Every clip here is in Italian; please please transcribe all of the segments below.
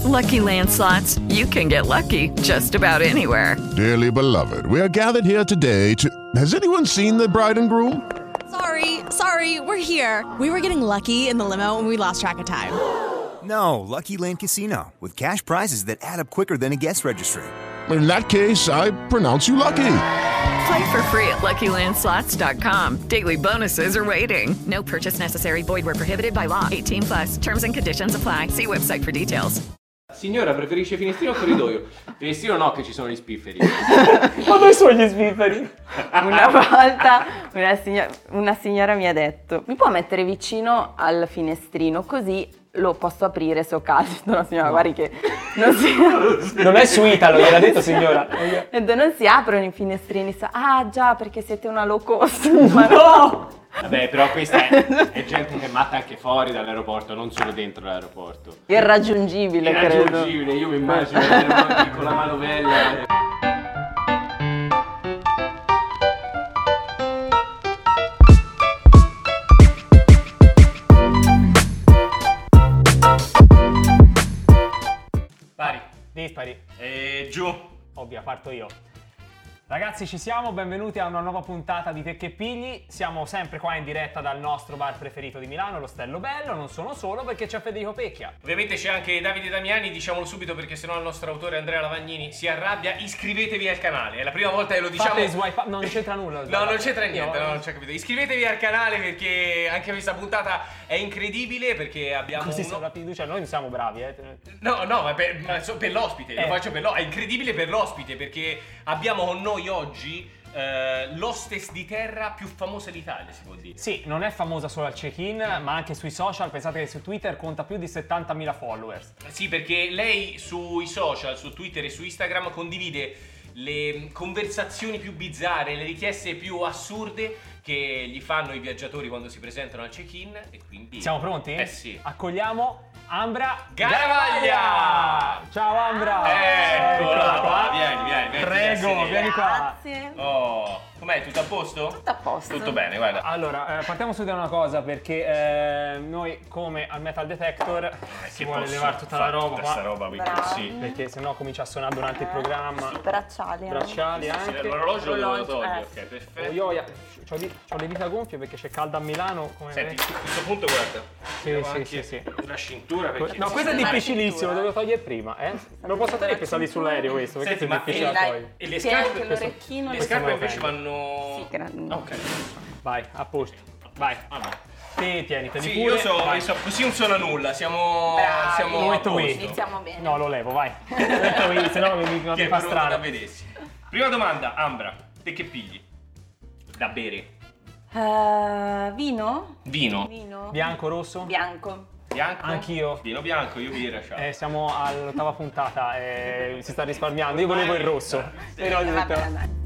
Lucky Land Slots, you can get lucky just about anywhere. Dearly beloved, we are gathered here today to... Has anyone seen the bride and groom? Sorry, we're here. We were getting lucky in the limo and we lost track of time. No, Lucky Land Casino, with cash prizes that add up quicker than a guest registry. In that case, I pronounce you lucky. Play for free at LuckyLandSlots.com. Daily bonuses are waiting. No purchase necessary. Void where prohibited by law. 18+. Terms and conditions apply. See website for details. Signora, preferisce finestrino o corridoio? Finestrino no, che ci sono gli spifferi. Ma dove sono gli spifferi? Una volta una signora mi ha detto: mi può mettere vicino al finestrino così lo posso aprire se ho caldo. No, signora, guardi che Non è su Italo, gliel'ha detto signora. non si aprono i finestrini. Ah già, perché siete una low cost. Ma no! Vabbè, però questa è gente che è matta anche fuori dall'aeroporto, non solo dentro l'aeroporto. Irraggiungibile, credo. Irraggiungibile, io mi immagino con la manovella. Pari, dispari. E giù. Ovvio, parto io. Ragazzi, ci siamo, benvenuti a una nuova puntata di Te che pigli. Siamo sempre qua in diretta dal nostro bar preferito di Milano, l'Ostello Bello. Non sono solo perché c'è Federico Pecchia. Ovviamente c'è anche Davide Damiani, diciamolo subito perché sennò il nostro autore Andrea Lavagnini si arrabbia. Iscrivetevi al canale, è la prima volta che lo diciamo. Fate swipe up, non c'entra nulla. No, non c'entra niente, no, non c'è capito. Iscrivetevi al canale perché anche questa puntata è incredibile perché abbiamo Così la fiducia, noi non siamo bravi, No, ma per l'ospite, lo faccio è incredibile per l'ospite perché abbiamo con noi oggi l'hostess di terra più famosa d'Italia, si può dire. Sì, non è famosa solo al check-in, ma anche sui social. Pensate che su Twitter conta più di 70.000 followers. Sì, perché lei sui social, su Twitter e su Instagram condivide le conversazioni più bizzarre, le richieste più assurde che gli fanno i viaggiatori quando si presentano al check-in e quindi... Siamo pronti? Eh sì. Accogliamo Ambra Garavaglia! Ciao Ambra! Eccola qua, vieni. Prego, vieni qua. Grazie. Oh, com'è? Tutto a posto? Tutto a posto. Tutto bene, guarda. Allora, partiamo subito da una cosa perché noi come al Metal Detector si che vuole posso levare tutta la fare roba tutta qua. sta roba perché Bravi. sì. Perché sennò comincia a suonare durante il programma. Sì, bracciali. Bracciali anche. L'orologio lo devo togliere, sì. ok, perfetto. Oioia, c'ho le dita gonfie perché c'è caldo a Milano. Come Senti, vedi. a questo punto guarda. Devo anche Sì. la cintura perché... No, questo è difficilissimo, lo devo togliere prima, eh? Non posso tenere che sali sull'aereo questo, perché Senti, è ma difficile da togliere. E le Tieni scarpe? anche l'orecchino. Le lo scarpe sono invece belle. vanno... Sì, grande. Ok. Vai, a posto. Vai. Vabbè. Te tieniteli Sì, pure. io so, così non suona nulla, siamo Bravi. Lo a metto qui. posto. Iniziamo bene. No, lo levo, vai. Lo metto qui, se no mi Che è fa pronto strano. da vedersi. Prima domanda, Ambra, te che pigli? Da bere? Vino? Vino? Bianco, rosso? Bianco. Bianco? Anch'io. Vino bianco, io birra, ciao. Siamo all'8ª puntata, si sta risparmiando. Io volevo il rosso. Però ho detto- Vabbè, dai.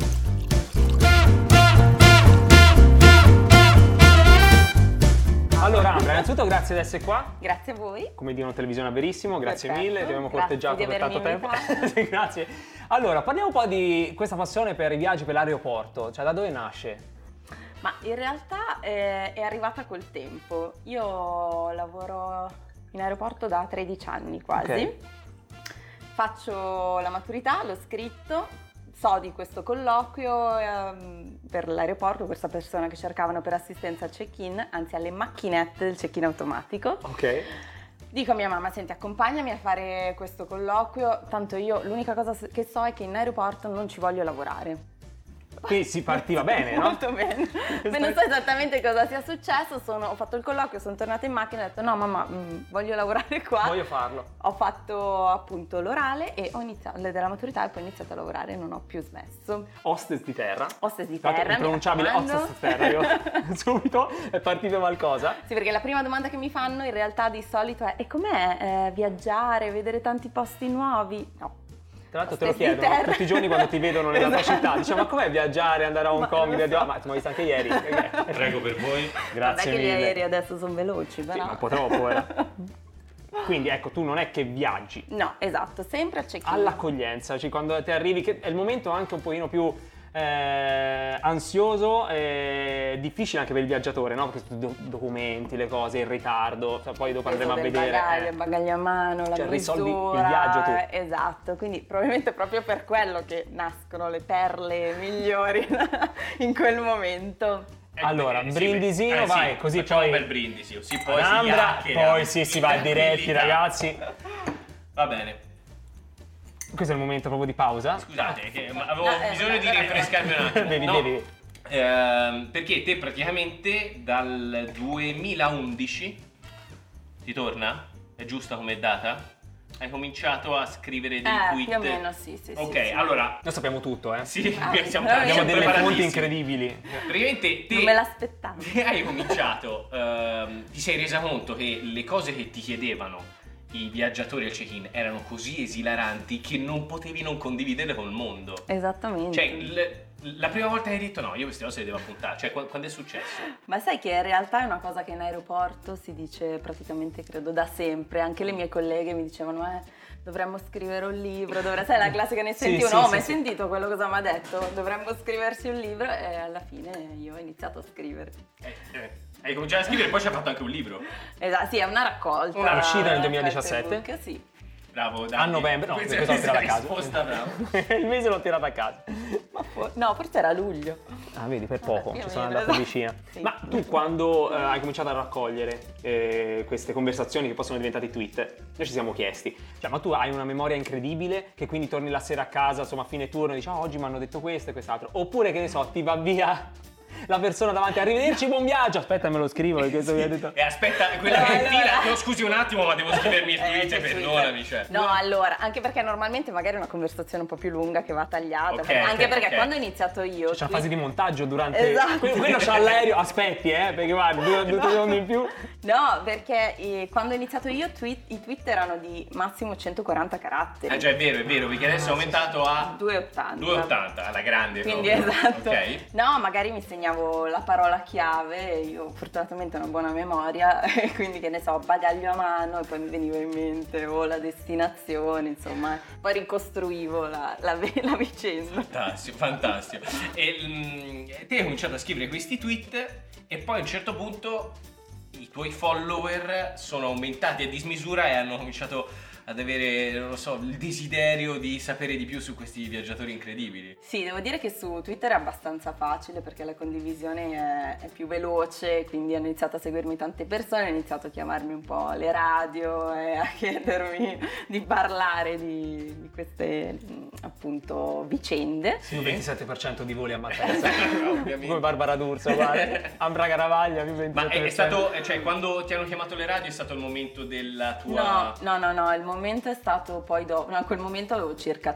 Allora, Ambra, innanzitutto grazie di essere qua. Grazie a voi. Come dicono televisione a verissimo, grazie Perfetto. mille, ti abbiamo Grazie corteggiato di per tanto avermi tempo. invitato. Sì, grazie. Allora, parliamo un po' di questa passione per i viaggi, per l'aeroporto, cioè da dove nasce? Ma in realtà è arrivata col tempo. Io lavoro in aeroporto da 13 anni quasi. Ok. Faccio la maturità, l'ho scritto, so di questo colloquio per l'aeroporto, questa persona che cercavano per assistenza al check-in, anzi alle macchinette del check-in automatico. Ok. Dico a mia mamma, senti, accompagnami a fare questo colloquio, tanto io l'unica cosa che so è che in aeroporto non ci voglio lavorare. Qui si partiva bene, no? Molto bene. Beh, non so esattamente cosa sia successo, ho fatto il colloquio, sono tornata in macchina e ho detto no mamma, voglio lavorare qua. Voglio farlo. Ho fatto appunto l'orale e ho iniziato della maturità e poi ho iniziato a lavorare e non ho più smesso. Hostess di terra. Hostess di Tra l'altro, terra, mi impronunciabile raccomando. hostess di terra, io subito è partito qualcosa. Sì, perché la prima domanda che mi fanno in realtà di solito è: e com'è viaggiare, vedere tanti posti nuovi? No. Tra l'altro te lo Hostess di chiedono terra. tutti i giorni quando ti vedono nella tua Esatto. città. Diciamo, ma com'è viaggiare, andare a Hong Ma Kong? non lo so. Ma ti ho visto anche ieri. Prego per voi. Grazie Vabbè che gli mille. aerei adesso sono veloci, però. Sì, un po' troppo, Quindi ecco, tu non è che viaggi. No, esatto, sempre al check-in. All'accoglienza, cioè quando ti arrivi, che è il momento anche un pochino più ansioso, difficile anche per il viaggiatore, no? Perché tu documenti le cose, il ritardo, poi dopo andremo a vedere. Il bagaglio a mano, la risolvi misura, il viaggio tu. Esatto, quindi probabilmente proprio per quello che nascono le perle migliori in quel momento. Allora, brindisino, vai, così facciamo poi un bel brindisi, sì, poi poi si va diretti, ragazzi. Va bene. Questo è il momento proprio di pausa. Scusate, che avevo bisogno di rinfrescarmi un attimo. Bevi. Perché te praticamente dal 2011 ti torna? È giusta come data? Hai cominciato a scrivere dei tweet? Più o meno, sì. Ok, sì. allora... Noi sappiamo tutto, Sì, abbiamo delle fonti incredibili. Praticamente te... Non me l'aspettavo. Te hai cominciato, ti sei resa conto che le cose che ti chiedevano i viaggiatori al check-in erano così esilaranti che non potevi non condividerle con il mondo. Esattamente. Cioè, la prima volta che hai detto no, io queste cose le devo appuntare, cioè quando è successo? Ma sai che in realtà è una cosa che in aeroporto si dice praticamente, credo, da sempre. Anche le mie colleghe mi dicevano, dovremmo scrivere un libro, sai la classica, ne senti uno, ma hai sentito quello cosa mi ha detto? Dovremmo scriverci un libro, e alla fine io ho iniziato a scrivere. Hai cominciato a scrivere e poi ci hai fatto anche un libro. Esatto, sì, è una raccolta. È uscita nel 2017? Facebook, sì. Bravo, dai. A novembre, no, questa questo l'ho tirato a casa. Risposta, bravo. Il mese l'ho tirato a casa. No, forse era luglio. Ah, vedi, per poco, ci sono andato vicino. Sì. Ma tu quando hai cominciato a raccogliere queste conversazioni che poi sono diventate tweet, noi ci siamo chiesti, cioè, ma tu hai una memoria incredibile che quindi torni la sera a casa, insomma a fine turno e dici oggi mi hanno detto questo e quest'altro, oppure che ne so, ti va via la persona davanti, arrivederci, buon viaggio, aspetta me lo scrivo perché questo mi ha detto. E aspetta, quella che fila, no, scusi un attimo ma devo scrivermi il tweet, perdonami, cioè. No, allora, anche perché normalmente magari è una conversazione un po' più lunga che va tagliata, Okay, anche perché okay. quando ho iniziato io C'è una fase di montaggio durante. Esatto. Quello c'ha l'aereo, aspetti, perché guarda, 2 secondi in più. No, perché quando ho iniziato io i tweet erano di massimo 140 caratteri. Già è vero, perché adesso è aumentato a 280. alla grande. Quindi proprio. esatto. Ok. No, magari mi segnavo la parola chiave, io fortunatamente ho una buona memoria, e quindi che ne so, bagaglio a mano, e poi mi veniva in mente o la destinazione, insomma, poi ricostruivo la vicenda. Fantastico. E te hai cominciato a scrivere questi tweet e poi a un certo punto i tuoi follower sono aumentati a dismisura e hanno cominciato ad avere, non lo so, il desiderio di sapere di più su questi viaggiatori incredibili. Sì, devo dire che su Twitter è abbastanza facile perché la condivisione è più veloce, quindi hanno iniziato a seguirmi tante persone, hanno iniziato a chiamarmi un po' alle radio e a chiedermi di parlare di queste appunto vicende. Sì, 27% di voli a Malpensa. Ovviamente. Come Barbara D'Urso, guarda. Ambra Caravaglia, più 27%. Ma è stato, cioè quando ti hanno chiamato le radio è stato il momento della tua... No, il momento è stato poi dopo, a quel momento avevo circa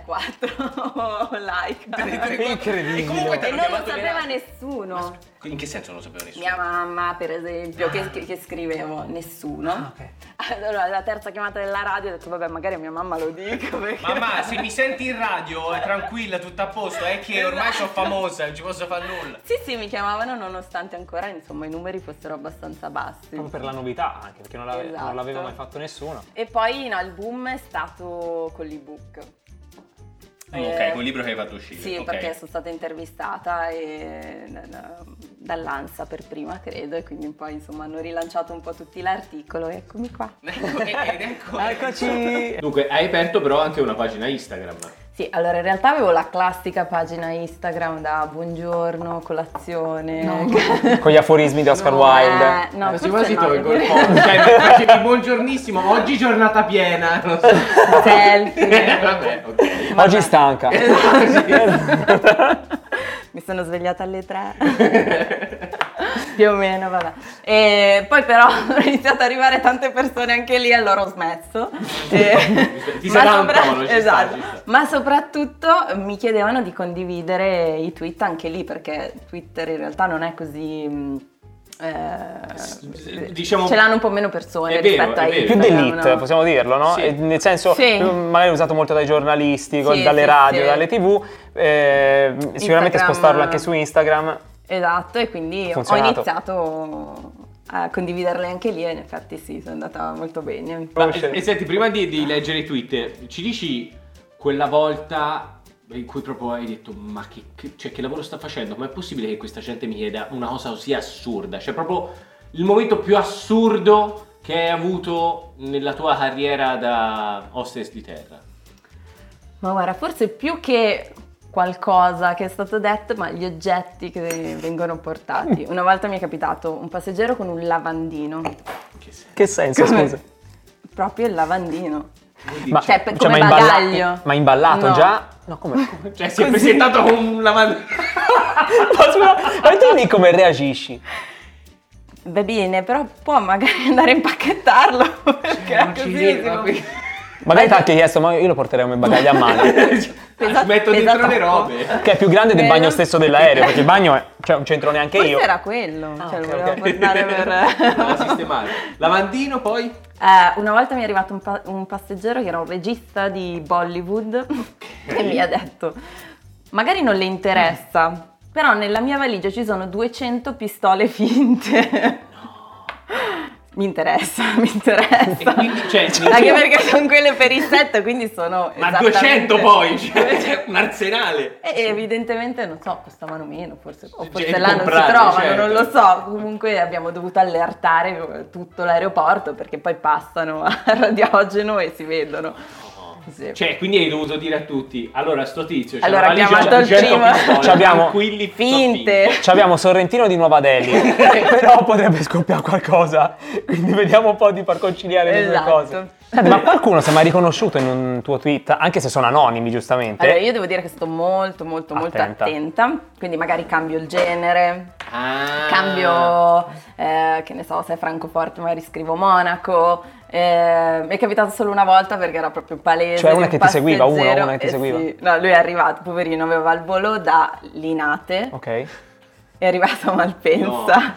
3-4 like. Incredibile. E comunque ti E hanno non lo chiamato le sapeva radio. nessuno. In che senso non lo sapeva nessuno? Mia mamma, per esempio, che scrivevo, nessuno. Ok. Allora, la terza chiamata della radio ho detto, vabbè, magari a mia mamma lo dico. Perché... Mamma, se mi senti in radio è tranquilla, tutto a posto, è che ormai sono famosa, non ci posso fare nulla. Sì, mi chiamavano nonostante ancora, insomma, i numeri fossero abbastanza bassi. Proprio per la novità, anche perché non Esatto. l'aveva mai fatto nessuno. E poi, no, il boom è stato con l'ebook. Ok, con il libro che hai fatto uscire. Sì, ok. perché sono stata intervistata dall'ANSA per prima, credo, e quindi poi insomma hanno rilanciato un po' tutti l'articolo e eccomi qua. Eccoci! Dunque, hai aperto però anche una pagina Instagram. Sì, allora in realtà avevo la classica pagina Instagram da buongiorno, colazione. Con gli aforismi di Oscar Wilde. No, Quasi forse quasi no, tolgo il phone. Cioè, facevi buongiornissimo, oggi giornata piena. Non so. selfie. Vabbè, ok. Oggi stanca. Mi sono svegliata alle 3. Più o meno, vabbè. E poi però sono iniziate ad arrivare tante persone anche lì, allora ho smesso. Ti sarà un tono, ci esatto. sta, ci sta. Ma soprattutto mi chiedevano di condividere i tweet anche lì, perché Twitter in realtà non è così... diciamo, ce l'hanno un po' meno persone è vero, rispetto a è vero. Più Instagram, d'elite, no? possiamo dirlo, no? Sì. Nel senso, Sì. magari usato molto dai giornalisti, Sì, dalle sì, radio, sì. dalle TV. Sicuramente Instagram, spostarlo anche su Instagram. Esatto, e quindi ho Funzionato. iniziato a condividerle anche lì e in effetti sì, sono andata molto bene. Ma, e senti, prima di leggere i tweet, ci dici quella volta in cui proprio hai detto ma che lavoro sta facendo? Ma è possibile che questa gente mi chieda una cosa così assurda? Cioè proprio il momento più assurdo che hai avuto nella tua carriera da hostess di terra. Ma guarda, forse più che qualcosa che è stato detto, ma gli oggetti che vengono portati. Una volta mi è capitato un passeggero con un lavandino. Che senso, scusa? Proprio il lavandino. Ma, Cioè, come bagaglio. Ma imballato No. già? No, come? Cioè si è presentato con un lavandino. Ma tu lì come reagisci? Va bene, però può magari andare a impacchettarlo. Perché Non ci così credo, si- Magari ti ha chiesto, ma io lo porterei come bagaglio a mano. Ci metto dentro le troppo. robe. Che è più grande del bagno stesso dell'aereo, perché il bagno cioè, non c'entro neanche Forse io. era quello, cioè lo ok, volevo ok. portare per... Da sistemare. Lavandino poi? Una volta mi è arrivato un passeggero che era un regista di Bollywood e mi ha detto, magari non le interessa, però nella mia valigia ci sono 200 pistole finte. Mi interessa. E quindi, cioè, Anche perché sono quelle per il set, quindi sono ma esattamente... 200 poi, cioè, c'è un arsenale. E evidentemente, non so, costavano meno, forse, o forse Cioè, là non si comprate, trovano, certo. non lo so. Comunque abbiamo dovuto allertare tutto l'aeroporto perché poi passano a radiogeno e si vedono. Sì. Cioè, quindi hai dovuto dire a tutti, allora sto tizio, c'è Allora, una valigia chiamato con il 200 primo. pistole, Ci abbiamo tranquilli, Finte. Ci abbiamo Sorrentino di Nuova Delhi, però potrebbe scoppiare qualcosa, quindi vediamo un po' di far conciliare le due Esatto. cose. Ma qualcuno si è mai riconosciuto in un tuo tweet, anche se sono anonimi giustamente? Allora, io devo dire che sto molto attenta, quindi magari cambio il genere, Ah. cambio, che ne so, se è Francoforte magari scrivo Monaco. Mi è capitato solo una volta perché era proprio palese. Cioè, una di che ti seguiva, passeggero. una che ti seguiva? Sì. No, lui è arrivato, poverino, aveva il volo da Linate, Ok. è arrivato a Malpensa.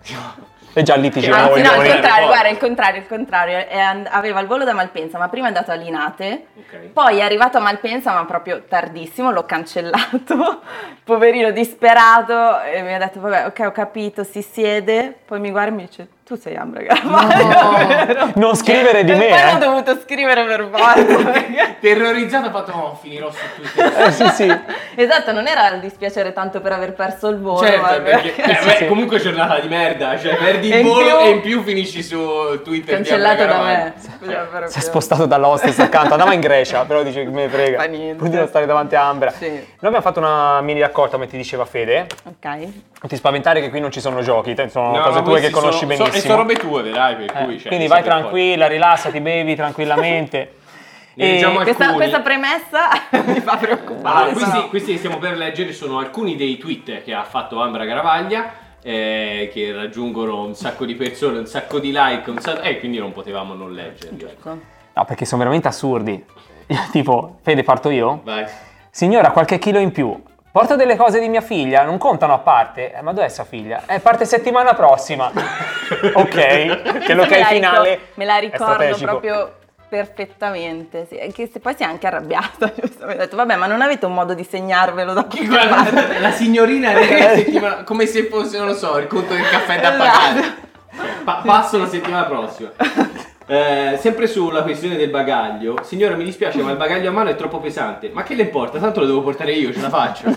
E già lì ti Anzi, giravo no, i il coglioni. contrario, guarda, il contrario. Aveva il volo da Malpensa, ma prima è andato a Linate, Ok. poi è arrivato a Malpensa, ma proprio tardissimo, l'ho cancellato, poverino disperato, e mi ha detto, vabbè, ok, ho capito, si siede, poi mi guarda e mi dice, tu sei Ambra Garavaglio. Non scrivere di E me, poi ho dovuto scrivere per forza. perché- Terrorizzato ha fatto, no, finirò su Twitter. Sì, sì. Esatto, non era il dispiacere tanto per aver perso il volo, Certo, ma perché perché- beh, comunque giornata di merda, cioè perdi E il in volo più- e in più finisci su Twitter cancellato di Ambra da Garavaglio. me. Cioè, proprio- Si è spostato dall'hostess accanto, andava in Grecia, però dice che me ne frega. Fa niente. Pur di non stare davanti a Ambra. Sì. Noi abbiamo fatto una mini raccolta, come ti diceva Fede. Ok. Non ti spaventare che qui non ci sono giochi, sono No, cose ma tue questi che conosci sono- benissimo. e sono robe tue, vedrai, per cui... cioè, Quindi mi vai sa che tranquilla, rilassati, bevi tranquillamente. Ne leggiamo alcuni. Questa premessa mi fa preoccupare. Allora, questi che stiamo per leggere sono alcuni dei tweet che ha fatto Ambra Garavaglia, che raggiungono un sacco di persone, un sacco di like, quindi non potevamo non leggerli. ecco. No, perché sono veramente assurdi. Tipo, Fede, parto io? Vai. Signora, qualche chilo in più. Porto delle cose di mia figlia, non contano a parte. Ma dov'è sua figlia? Parte settimana prossima. Ok, che l'ok finale Me la è ricordo strategico. proprio perfettamente. Sì. Anche se poi si è anche arrabbiata. Giusto? Mi ha detto, vabbè, ma non avete un modo di segnarvelo da qualche parte? Guarda, la signorina era la settimana, come se fosse, non lo so, il conto del caffè da pagare. Passo la settimana prossima. Sempre sulla questione del bagaglio, signora, mi dispiace, ma il bagaglio a mano è troppo pesante. Ma che le importa? Tanto lo devo portare io, ce la faccio.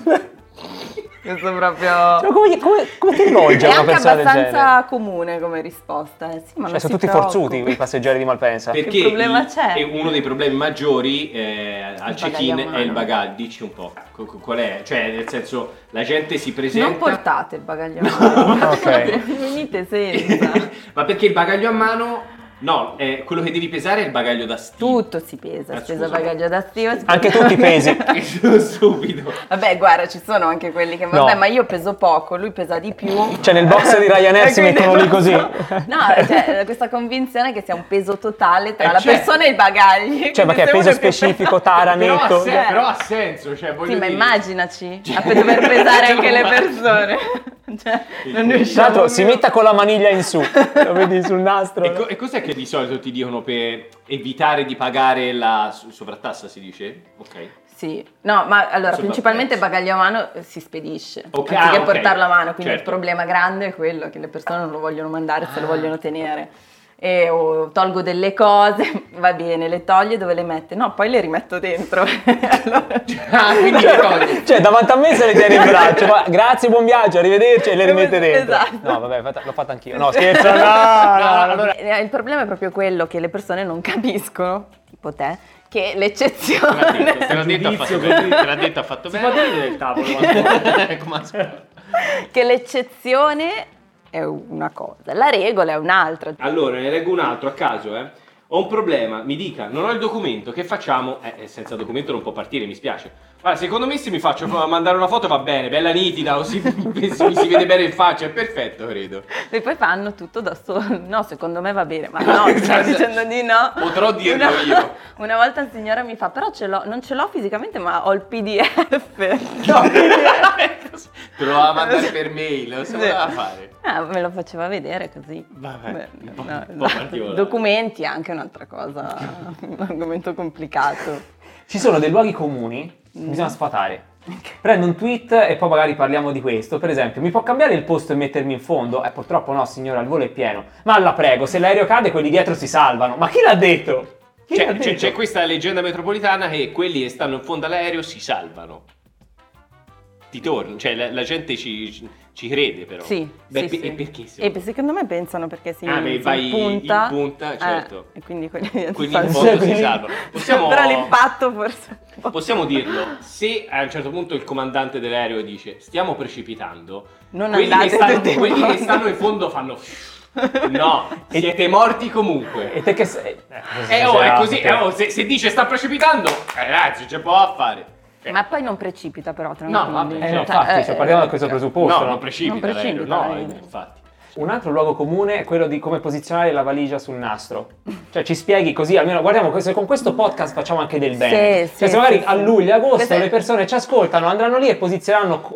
Questo proprio... Cioè, come ti rivolgi È a una anche persona del genere? abbastanza comune come risposta. Sì, ma Cioè, non sono si tutti preoccupi. forzuti i passeggeri di Malpensa. Perché problema c'è? è uno dei problemi maggiori al Il check-in bagaglio a è il mano. bagaglio. Dici un po', qual è? Cioè, nel senso, la gente si presenta... Non portate il bagaglio a mano. Ok. Venite senza. Ma perché il bagaglio a mano... No, quello che devi pesare è il bagaglio da stiva. Tutto si pesa, Ah, si pesa il scusa. bagaglio da stiva. si Anche pesa- tu ti pesi. Che sono stupido. Vabbè, guarda, ci sono anche quelli che, vabbè, No. ma io peso poco, lui pesa di più. Cioè, nel box di Ryanair E si quindi- mettono lì così. No, cioè, questa convinzione che sia un peso totale tra la certo. persona e i bagagli. Cioè, ma Quindi che è se uno peso è più specifico, tara, Però ha, netto? però ha senso, cioè voglio Sì, ma dire. immaginaci a dover pesare anche le persone. Cioè, non ne Tra usciamo l'altro più. si metta con la maniglia in su, lo vedi sul nastro. E cos'è che di solito ti dicono per evitare di pagare la sovrattassa, si dice? Ok. Sì, no, ma allora Sopra principalmente il prezzo. bagaglio a mano si spedisce, Ok, anziché ok. portarlo a mano, quindi Certo. il problema grande è quello che le persone non lo vogliono mandare se lo vogliono tenere. o tolgo delle cose, va bene, le toglie, dove le mette? No, poi le rimetto dentro. Allora... quindi le toglie. Cioè, davanti a me se le tiene in braccio, grazie, buon viaggio, arrivederci, e le rimette dentro. Esatto. No, vabbè, l'ho fatta anch'io. No, scherzo, no. Allora, Il problema è proprio quello che le persone non capiscono, tipo te, che l'eccezione... te l'ha detto, ha fatto bene. Si può dire del tavolo. che l'eccezione è una cosa, la regola è un'altra. Allora, ne leggo un altro a caso, Ho un problema, mi dica, non ho il documento, che facciamo? Senza documento non può partire, mi spiace. Guarda, secondo me se mi faccio mandare una foto va bene, bella nitida, così mi si vede bene in faccia, è perfetto, credo. E poi fanno tutto da solo. No, secondo me va bene, ma no, sto dicendo di no. Potrò dirlo io. Una volta un signore mi fa, però non ce l'ho fisicamente, ma ho il PDF. No, PDF. Te lo va a mandare per mail, lo voleva fare. Me lo faceva vedere così. Vabbè, un po' particolare. Documenti è anche un'altra cosa, un argomento complicato. Ci sono dei luoghi comuni che bisogna sfatare. Prendo un tweet e poi magari parliamo di questo. Per esempio, mi può cambiare il posto e mettermi in fondo? Purtroppo no, signora, il volo è pieno. Ma la prego, se l'aereo cade quelli dietro si salvano. Ma chi l'ha detto? C'è questa leggenda metropolitana che quelli che stanno in fondo all'aereo si salvano. Ti torno, cioè la gente ci crede però. Sì, Beh, sì, e perché? secondo me pensano perché si vai punta, in punta, certo. E quindi quelli in fondo si salvano. Però l'impatto forse... Possiamo dirlo, se a un certo punto il comandante dell'aereo dice stiamo precipitando, non quelli andate che stanno in fondo fanno... No, siete morti comunque. E te che sei? È così, se dice sta precipitando, ragazzi, c'è poco a fare. Ma poi non precipita però, No, vabbè, infatti, partiamo da questo presupposto. No, non precipita, non precipita, no, infatti. Un altro luogo comune è quello di come posizionare la valigia sul nastro. Cioè ci spieghi così, almeno guardiamo se con questo podcast facciamo anche del bene. Sì, cioè, se magari a luglio, agosto Queste... le persone ci ascoltano, andranno lì e posizioneranno.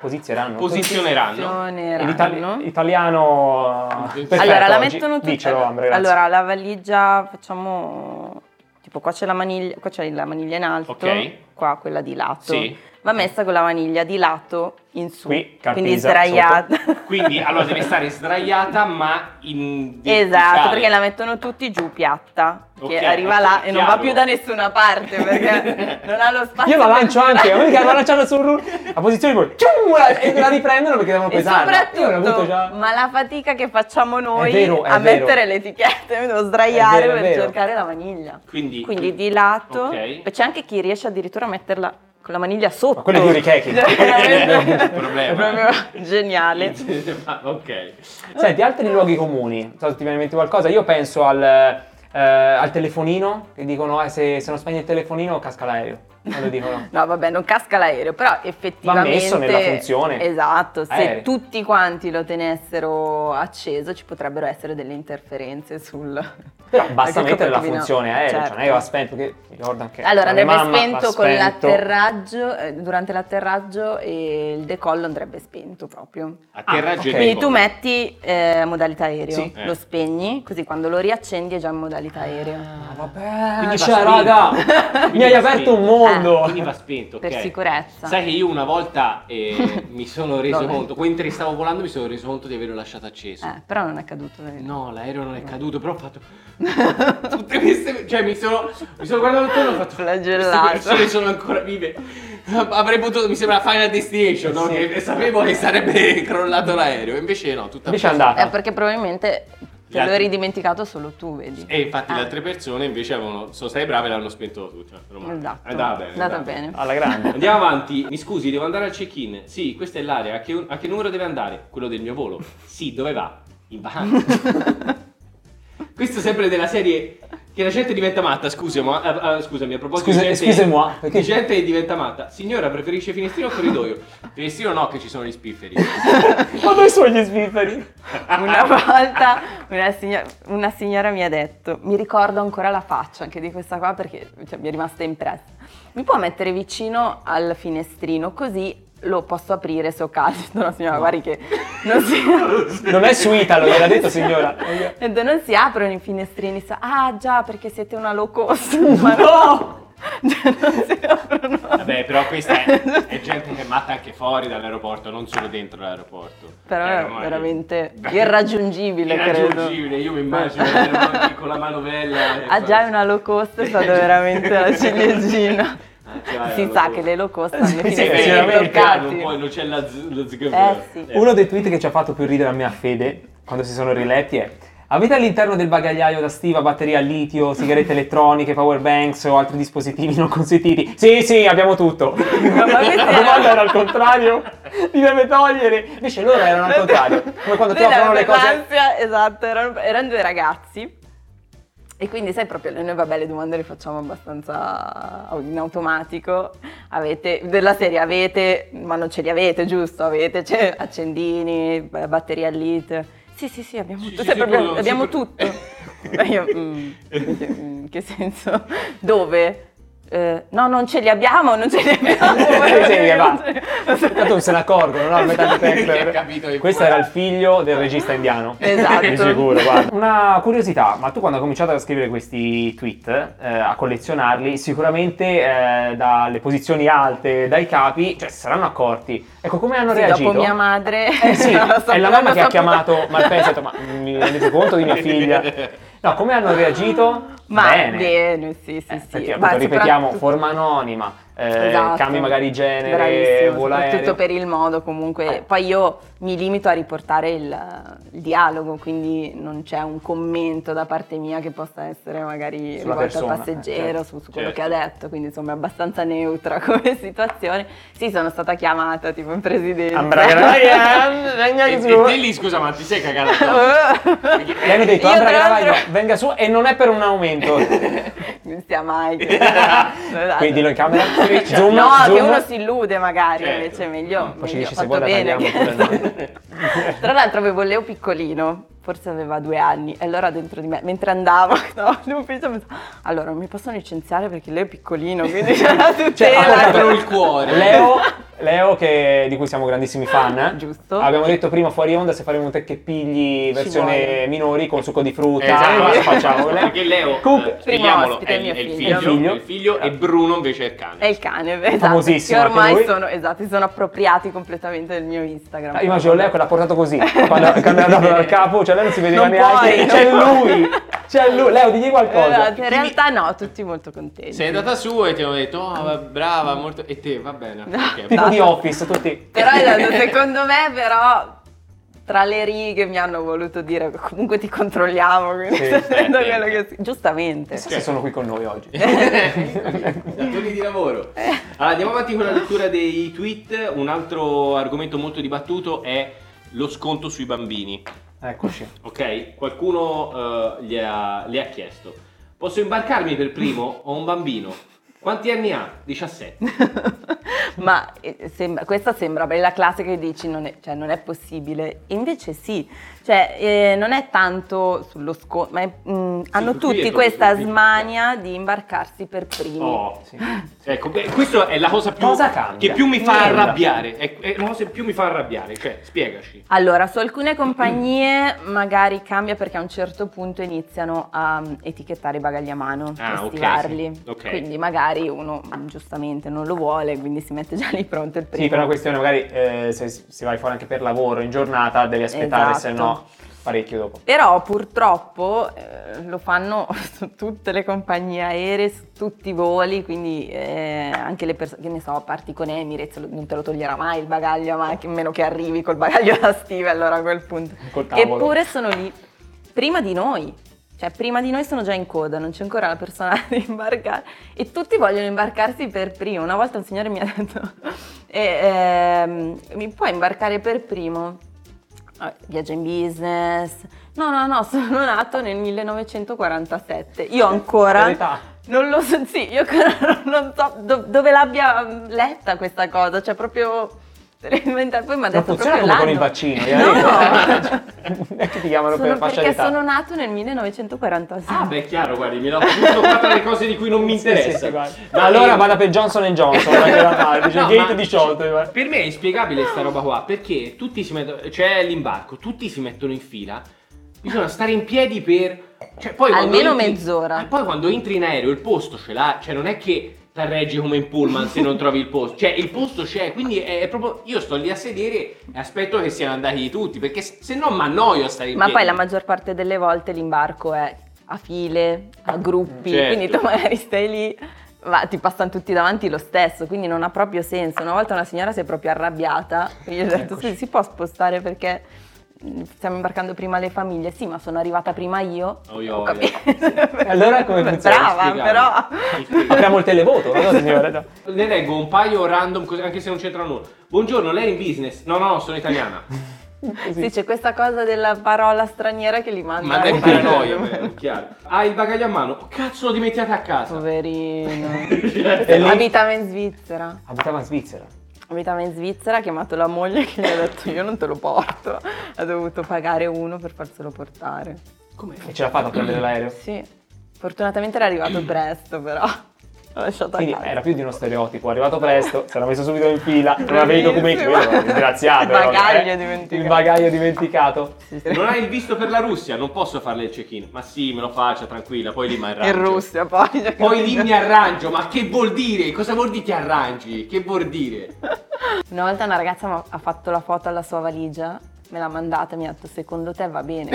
Italiano. Perfetto, allora la mettono tutti. Dicelo, Ambra, grazie. Allora la valigia facciamo tipo qua c'è la maniglia in alto, qua quella di lato. Sì. Va messa con la maniglia di lato in su, qui, quindi sdraiata. Quindi allora deve stare sdraiata ma in verticale. Esatto, perché la mettono tutti giù piatta, che arriva là e non va più da nessuna parte perché non ha lo spazio. Io la lancio anche, ma mica la lanciata a posizione poi e la riprendono perché devono pesarla. E soprattutto, ma la fatica che facciamo noi a mettere le etichette, mi devo sdraiare per cercare la maniglia. Quindi di lato, c'è anche chi riesce addirittura a metterla con la maniglia sotto. Ma quello è di Urichechi. Il problema. È proprio geniale. Ok. Senti, altri luoghi comuni. Non so se ti viene in mente qualcosa. Io penso al telefonino, che dicono se non spegni il telefonino casca l'aereo. Lo dicono. No, vabbè, non casca l'aereo, però effettivamente va messo nella funzione. Esatto, se tutti quanti lo tenessero acceso ci potrebbero essere delle interferenze sul... Però basta mettere la funzione aerea, certo. Cioè non è che va spento, perché ricordo anche allora andrebbe spento con l'atterraggio, durante l'atterraggio, e il decollo andrebbe spento proprio. Atterraggio e quindi tu metti modalità aereo, sì. Lo spegni, così quando lo riaccendi è già in modalità aereo. Vabbè, quindi raga, mi hai aperto un mondo. Quindi va spento, per sicurezza. Sai che io una volta mi sono reso conto, mentre stavo volando mi sono reso conto di averlo lasciato acceso. Però non è caduto. No, l'aereo non è caduto, però ho fatto tutte queste, cioè mi sono guardato attorno e ho fatto flagellato. Queste persone sono ancora vive. Avrei potuto, mi sembra Final Destination, no? Sì. Che sapevo che sarebbe crollato l'aereo, invece no, tutta invece è andata. Perché probabilmente te lo eri dimenticato solo tu, vedi. E infatti le altre persone invece sono state brave e l'hanno spento tutto. Esatto. È andata bene. Alla grande. Andiamo avanti. Mi scusi, devo andare al check-in. Sì, questa è l'area. A che numero deve andare? Quello del mio volo. Sì, dove va? In vacanza. Questo sempre della serie che la gente diventa matta. Scusami, a proposito di gente che diventa matta. Signora, preferisce finestrino o corridoio? Finestrino no, che ci sono gli spifferi. Ma dove sono gli spifferi? Una volta una signora mi ha detto, mi ricordo ancora la faccia anche di questa qua perché mi è rimasta impressa. Mi può mettere vicino al finestrino così lo posso aprire se ho caso. No, signora, guardi che non è su Italo, gliel'ha detto signora. Non si aprono i finestrini. Ah già, perché siete una low cost. Ma no! non si aprono. Vabbè, però questa è gente che è matta anche fuori dall'aeroporto, non solo dentro l'aeroporto. Però è veramente irraggiungibile, credo. Irraggiungibile, io mi immagino con la manovella. Già una low cost è stata veramente la ciliegina. Si sa che le low cost hanno i finestrini bloccati. Poi non c'è lo sgabello. Sì. Uno dei tweet che ci ha fatto più ridere a me a Fede, quando si sono riletti, è: avete all'interno del bagagliaio da stiva batterie a litio, sigarette elettroniche, power banks o altri dispositivi non consentiti? Sì, abbiamo tutto. La domanda era al contrario, li deve togliere. Invece loro erano al contrario, come quando ti offrono le cose. Esatto, erano due ragazzi. E quindi sai proprio, noi vabbè le domande le facciamo abbastanza in automatico, della serie avete, ma non ce li avete, giusto? Avete accendini, batterie al litio. Sì, abbiamo tutto, abbiamo tutto. Io, in che senso? Dove? No, non ce li abbiamo. Tanto non se ne accorgono, no? Questo era il figlio del regista indiano. Esatto. Di sicuro, guarda. Una curiosità, ma tu quando hai cominciato a scrivere questi tweet, a collezionarli, sicuramente dalle posizioni alte, dai capi, cioè si saranno accorti. Ecco, come hanno reagito? Dopo mia madre. Sì, è la mamma che ha chiamato Malpensa e ha detto: ma mi rendete conto di mia figlia? No, come hanno reagito? Bene, sì. Perché appunto, ripetiamo, forma anonima, esatto. cambi magari genere, Bravissimo, volo aereo. soprattutto per il modo comunque. Poi io mi limito a riportare il dialogo, quindi non c'è un commento da parte mia che possa essere magari sulla rivolto al persona, passeggero, su quello che ha detto, quindi insomma è abbastanza neutra come situazione. Sì, sono stata chiamata tipo in presidenza. E lì scusa, ma ti sei cagata? E hanno detto: venga su, e non è per un aumento. Non sia mai. Quindi lo in camera. Zoom. Che uno si illude magari, certo. Invece meglio. Poi ci dice fatto se vuoi bene. Tra l'altro avevo Leo piccolino, forse aveva 2 anni, e allora dentro di me, mentre andavo all'ufficio, pensavo: allora non mi possono licenziare perché Leo è piccolino, quindi c'è la tutela. Il cuore. Leo, di cui siamo grandissimi fan, giusto. Abbiamo detto prima fuori onda se faremo un te che pigli versione minori con succo di frutta. Esatto, facciamo perché Leo, spieghiamolo, è il figlio e Bruno invece è il cane. È il cane, esatto. Famosissimo. Che ormai si sono appropriati completamente del mio Instagram. Immagino Leo che l'ha portato così, quando è andato dal capo, cioè lei non si vedeva neanche. C'è lui. Leo, digli qualcosa. In realtà no, tutti molto contenti. Sei andata su e ti hanno detto: oh, brava, molto. E te, va bene. Tipo di Office, tutti. Però secondo me, tra le righe mi hanno voluto dire: comunque ti controlliamo, quindi quello che giustamente. Se sono qui con noi oggi. Datori di lavoro. Allora, andiamo avanti con la lettura dei tweet. Un altro argomento molto dibattuto è lo sconto sui bambini. Eccoci. Ok? Qualcuno le ha chiesto: posso imbarcarmi per primo? Ho un bambino. Quanti anni ha? 17. Ma questa sembra la classe che dici non è possibile. Invece sì, non è tanto sullo sconto, ma hanno tutti questa smania di imbarcarsi per primi. Ecco, questa è la cosa che più mi fa arrabbiare. È la cosa che più mi fa arrabbiare, cioè spiegaci. Allora, su alcune compagnie magari cambia perché a un certo punto iniziano a etichettare i bagagli a mano, stilarli. Okay. Quindi magari uno giustamente non lo vuole, quindi si mette già lì pronto il primo. Sì, per una questione magari se vai fuori anche per lavoro in giornata devi aspettare, se no parecchio dopo. Però purtroppo lo fanno su tutte le compagnie aeree, su tutti i voli, quindi anche le persone, che ne so, parti con Emirates, non te lo toglierà mai il bagaglio, ma a meno che arrivi col bagaglio da stiva, allora a quel punto. Eppure sono lì prima di noi. Cioè, prima di noi sono già in coda, non c'è ancora la persona da imbarcare e tutti vogliono imbarcarsi per primo. Una volta un signore mi ha detto: mi puoi imbarcare per primo? Viaggio in business. No, sono nato nel 1947. Io ancora non lo so, sì, io ancora non so dove l'abbia letta questa cosa, cioè proprio. Poi mi ha detto: funziona come con il vaccino, che ti chiamano per fascia perché d'età. sono nato nel 1946. Ah, beh, chiaro, guardi, mi l'ho fatto le cose di cui non mi interessa. Ma allora vada per Johnson & Johnson, Gate 18. Per me è inspiegabile sta roba qua, perché tutti si mettono, c'è l'imbarco, tutti si mettono in fila. Bisogna stare in piedi per... Cioè, poi almeno mezz'ora. E poi quando entri in aereo il posto ce l'ha, cioè non è che t'arreggi come in pullman se non trovi il posto, cioè il posto c'è, quindi è proprio, io sto lì a sedere e aspetto che siano andati tutti, perché se no mi annoio a stare in Ma piedi. poi la maggior parte delle volte l'imbarco è a file, a gruppi, Certo. quindi tu magari stai lì, ma ti passano tutti davanti lo stesso, quindi non ha proprio senso. Una volta una signora si è proprio arrabbiata, quindi io ho detto sì, si può spostare perché stiamo imbarcando prima le famiglie. Sì, ma sono arrivata prima io. Ho capito. Allora come funziona? Brava, però... Apriamo il televoto, no signora? Ne leggo un paio random, così, anche se non c'entrano nulla. Buongiorno, lei è in business? No, sono italiana. Sì, c'è questa cosa della parola straniera che li manda. Ma è paranoia, è chiaro. Ha il bagaglio a mano? Oh, cazzo, l'ho dimenticato a casa. Poverino. E lì- Abitava in Svizzera. Abitava in Svizzera. Abitava in Svizzera, ha chiamato la moglie che gli ha detto io non te lo porto. Ha dovuto pagare uno per farselo portare. Come? E ce l'ha fatta a prendere l'aereo? Sì, fortunatamente era arrivato presto però. L'ho lasciato a Quindi casa. era più di uno stereotipo, è arrivato presto, si era messo subito in fila, non aveva i documenti, Bravissimo. disgraziato. Il bagaglio dimenticato. Il bagaglio dimenticato. Non hai il visto per la Russia? Non posso farle il check-in. Ma sì, me lo faccia, tranquilla, poi lì mi arrangio. In Russia poi. cioè, Poi lì mi arrangio, ma che vuol dire? Cosa vuol dire ti arrangi? Che vuol dire? Una volta una ragazza ha fatto la foto alla sua valigia, me l'ha mandata e mi ha detto secondo te va bene?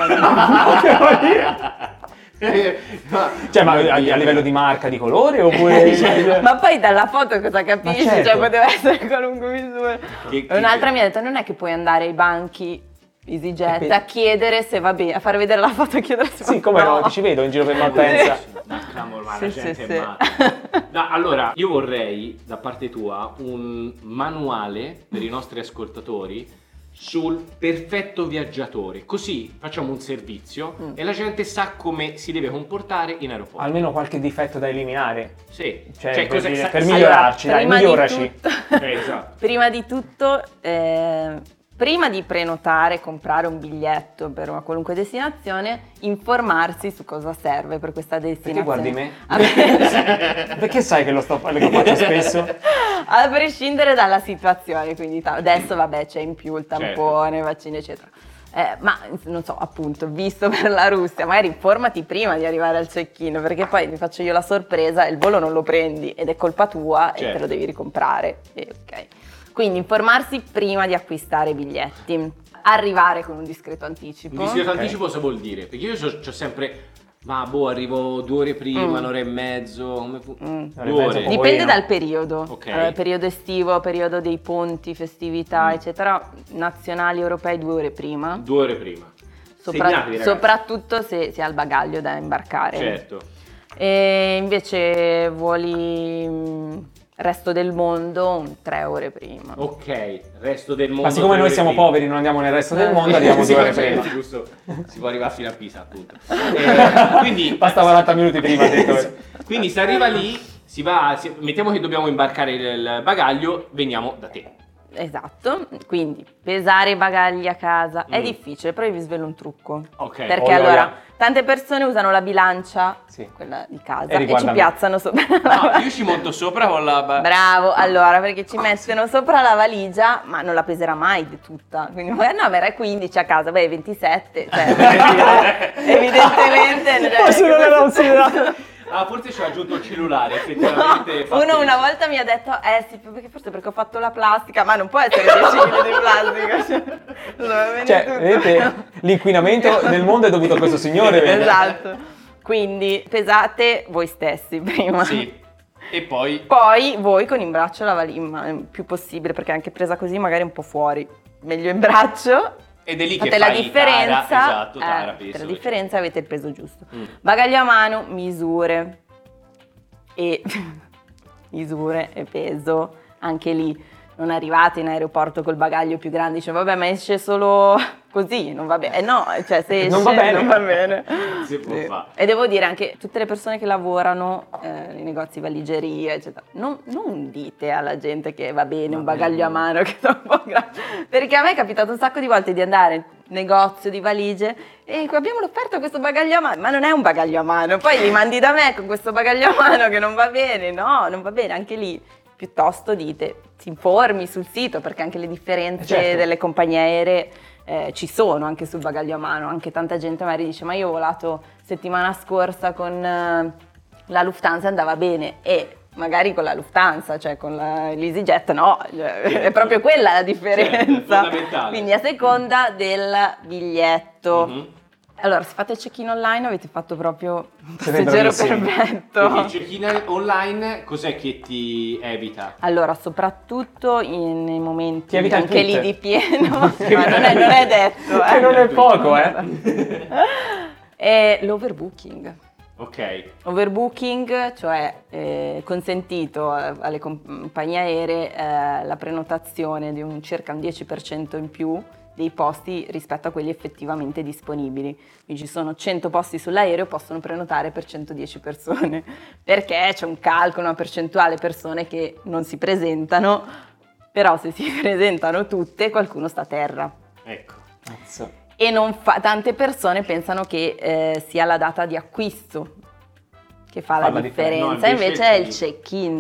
Cioè, ma a livello di marca, di colore oppure... Ma poi dalla foto cosa capisci? Ma certo. Cioè poteva essere qualunque misura. Che- E un'altra mi ha detto non è che puoi andare ai banchi EasyJet a chiedere se va bene, a far vedere la foto e chiedere se va Sì, bene. come no, ti ci vedo in giro per Malpensa. Ma clamor, ma Sì, la sì, gente sì. è matta. No, allora, io vorrei, da parte tua, un manuale per i nostri ascoltatori sul perfetto viaggiatore. Così facciamo un servizio e la gente sa come si deve comportare in aeroporto. Almeno qualche difetto da eliminare. Sì. Cioè, per, cosa- dire- sa- per sa- migliorarci, dai, Prima di miglioraci. tutto- esatto. Prima di tutto, prima di prenotare, comprare un biglietto per una qualunque destinazione, informarsi su cosa serve per questa destinazione. guardi me? A- Perché sai che lo faccio spesso? A prescindere dalla situazione, quindi adesso vabbè c'è in più il tampone, vaccini eccetera. Ma non so, appunto, visto per la Russia, magari informati prima di arrivare al check-in, perché poi mi faccio io la sorpresa e il volo non lo prendi ed è colpa tua e te lo devi ricomprare. Ok. Quindi informarsi prima di acquistare i biglietti, arrivare con un discreto anticipo. Un discreto anticipo cosa vuol dire? Perché io c'ho sempre... Ma arrivo 2 ore prima, un'ora e mezzo, come 2 ore. Dipende Dipende dal periodo, Ok. allora, periodo estivo, periodo dei ponti, festività, eccetera, nazionali, europei 2 ore prima. 2 ore prima. Segnatevi, ragazzi. Soprattutto se si ha il bagaglio da imbarcare. Certo. E invece voli resto del mondo 3 ore prima. Ok, resto del mondo. Ma siccome 2 noi ore siamo prima. poveri, non andiamo nel resto del mondo, arriviamo 2 ore prima. Giusto, si può arrivare fino a Pisa, appunto. Quindi Basta 40 minuti prima, ha detto. Quindi si arriva lì, mettiamo che dobbiamo imbarcare il bagaglio, veniamo da te. Esatto, quindi pesare i bagagli a casa è difficile, però io vi svelo un trucco. Ok. Perché allora, tante persone usano la bilancia, Sì. quella di casa, E e riguarda ci me. piazzano sopra No, io ci monto sopra con la... Bravo, allora perché ci mettono sopra la valigia, ma non la peserà mai di tutta. Quindi magari no, verrà 15 a casa, beh 27, cioè evidentemente Forse non era considerato. Ah, forse ci ho aggiunto il cellulare, effettivamente. fa Uno peso. una volta mi ha detto, sì, perché ho fatto la plastica, ma non può essere 10 kg di plastica. Cioè, doveva venire Cioè, tutto. vedete, l'inquinamento nel mondo è dovuto a questo signore, vedi? Esatto. Quindi pesate voi stessi prima. Sì. E poi... Poi voi con in braccio la valigia, il più possibile, perché anche presa così magari un po' fuori. Meglio in braccio. Ed è lì che Fate la fai differenza, tara, esatto, tara, fate peso, la differenza e avete il peso giusto. Mm. Bagaglio a mano, misure e misure e peso, anche lì non arrivate in aeroporto col bagaglio più grande, dice vabbè ma esce solo così, non va bene, no, cioè se esce Non va bene. non va bene. Si può fare. E devo dire anche tutte le persone che lavorano nei negozi valigerie eccetera, non dite alla gente che va bene un bagaglio a mano che è un po' grande, perché a me è capitato un sacco di volte di andare in negozio di valigie e abbiamo l'offerta questo bagaglio a mano, ma non è un bagaglio a mano, poi li mandi da me con questo bagaglio a mano che non va bene, no, non va bene, anche lì piuttosto dite, si informi sul sito perché anche le differenze Certo. delle compagnie aeree ci sono anche sul bagaglio a mano, anche tanta gente magari dice ma io ho volato settimana scorsa con la Lufthansa, andava bene, e magari con la Lufthansa, cioè con l'EasyJet no, è proprio quella la differenza, quindi a seconda del biglietto. Allora, se fate il check-in online avete fatto proprio un passeggero perfetto. Perché il check-in online cos'è che ti evita? Allora, soprattutto nei momenti evita anche lì Twitter. di pieno, ma non è detto. Che non è poco, È l'overbooking. Ok. Overbooking, cioè consentito alle compagnie aeree la prenotazione di circa un 10% in più dei posti rispetto a quelli effettivamente disponibili. Quindi ci sono 100 posti sull'aereo, possono prenotare per 110 persone, perché c'è un calcolo, una percentuale persone che non si presentano, però se si presentano tutte qualcuno sta a terra. Ecco. E tante persone pensano che sia la data di acquisto che fa la differenza, no, invece è il check-in.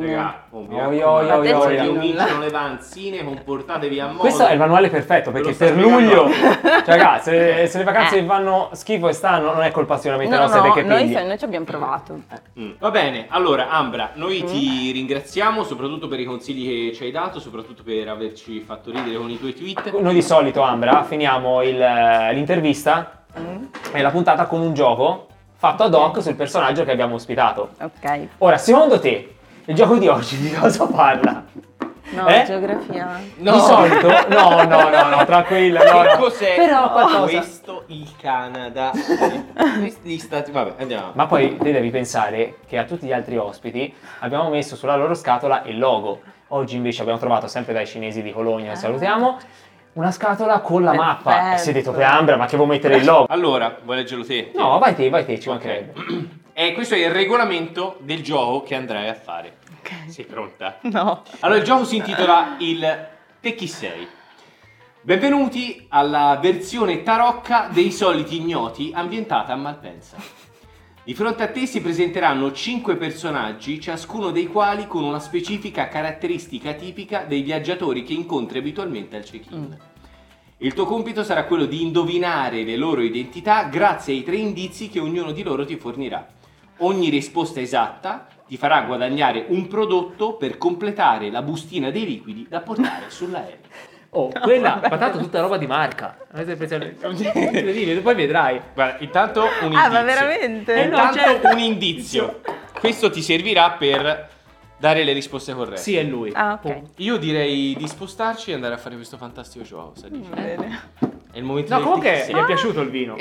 Cominciano le vanzine, comportatevi a modo. Questo è il manuale perfetto, perché per luglio, cioè, ragazzi, se le vacanze vi fanno schifo e stanno, non è colpa sicuramente nostra, perché noi ci abbiamo provato. Va bene, allora Ambra, noi ti ringraziamo soprattutto per i consigli che ci hai dato, soprattutto per averci fatto ridere con i tuoi tweet. Noi di solito, Ambra, finiamo l'intervista e la puntata con un gioco fatto ad hoc sul personaggio che abbiamo ospitato. Ok. Ora, secondo te, il gioco di oggi di cosa parla? No, geografia. No. Di solito? No, tranquilla. Che cos'è Però questo il Canada? Gli stati... Vabbè, andiamo. Ma poi te devi pensare che a tutti gli altri ospiti abbiamo messo sulla loro scatola il logo. Oggi invece abbiamo trovato, sempre dai cinesi di Cologna, salutiamo, una scatola con la mappa. E si è detto che Ambra, ma che vuoi mettere il logo? Allora, vuoi leggerlo te? No, vai te, ci mancherebbe. Questo è il regolamento del gioco che andrai a fare. Ok. Sei pronta? No. Allora, il gioco si intitola il Te chi sei? Benvenuti alla versione tarocca dei soliti ignoti ambientata a Malpensa. Di fronte a te si presenteranno 5 personaggi, ciascuno dei quali con una specifica caratteristica tipica dei viaggiatori che incontri abitualmente al check-in. Il tuo compito sarà quello di indovinare le loro identità grazie ai 3 indizi che ognuno di loro ti fornirà. Ogni risposta esatta ti farà guadagnare un prodotto per completare la bustina dei liquidi da portare sull'aereo. Oh, quella, ma tanto tutta roba di marca. Incredibile, poi vedrai. Guarda, intanto un indizio. Ma veramente? Intanto un indizio. Questo ti servirà per dare le risposte corrette. Sì, è lui. Ah, ok. Io direi di spostarci e andare a fare questo fantastico gioco. Bene. È il momento No, del comunque sì. mi è piaciuto il vino.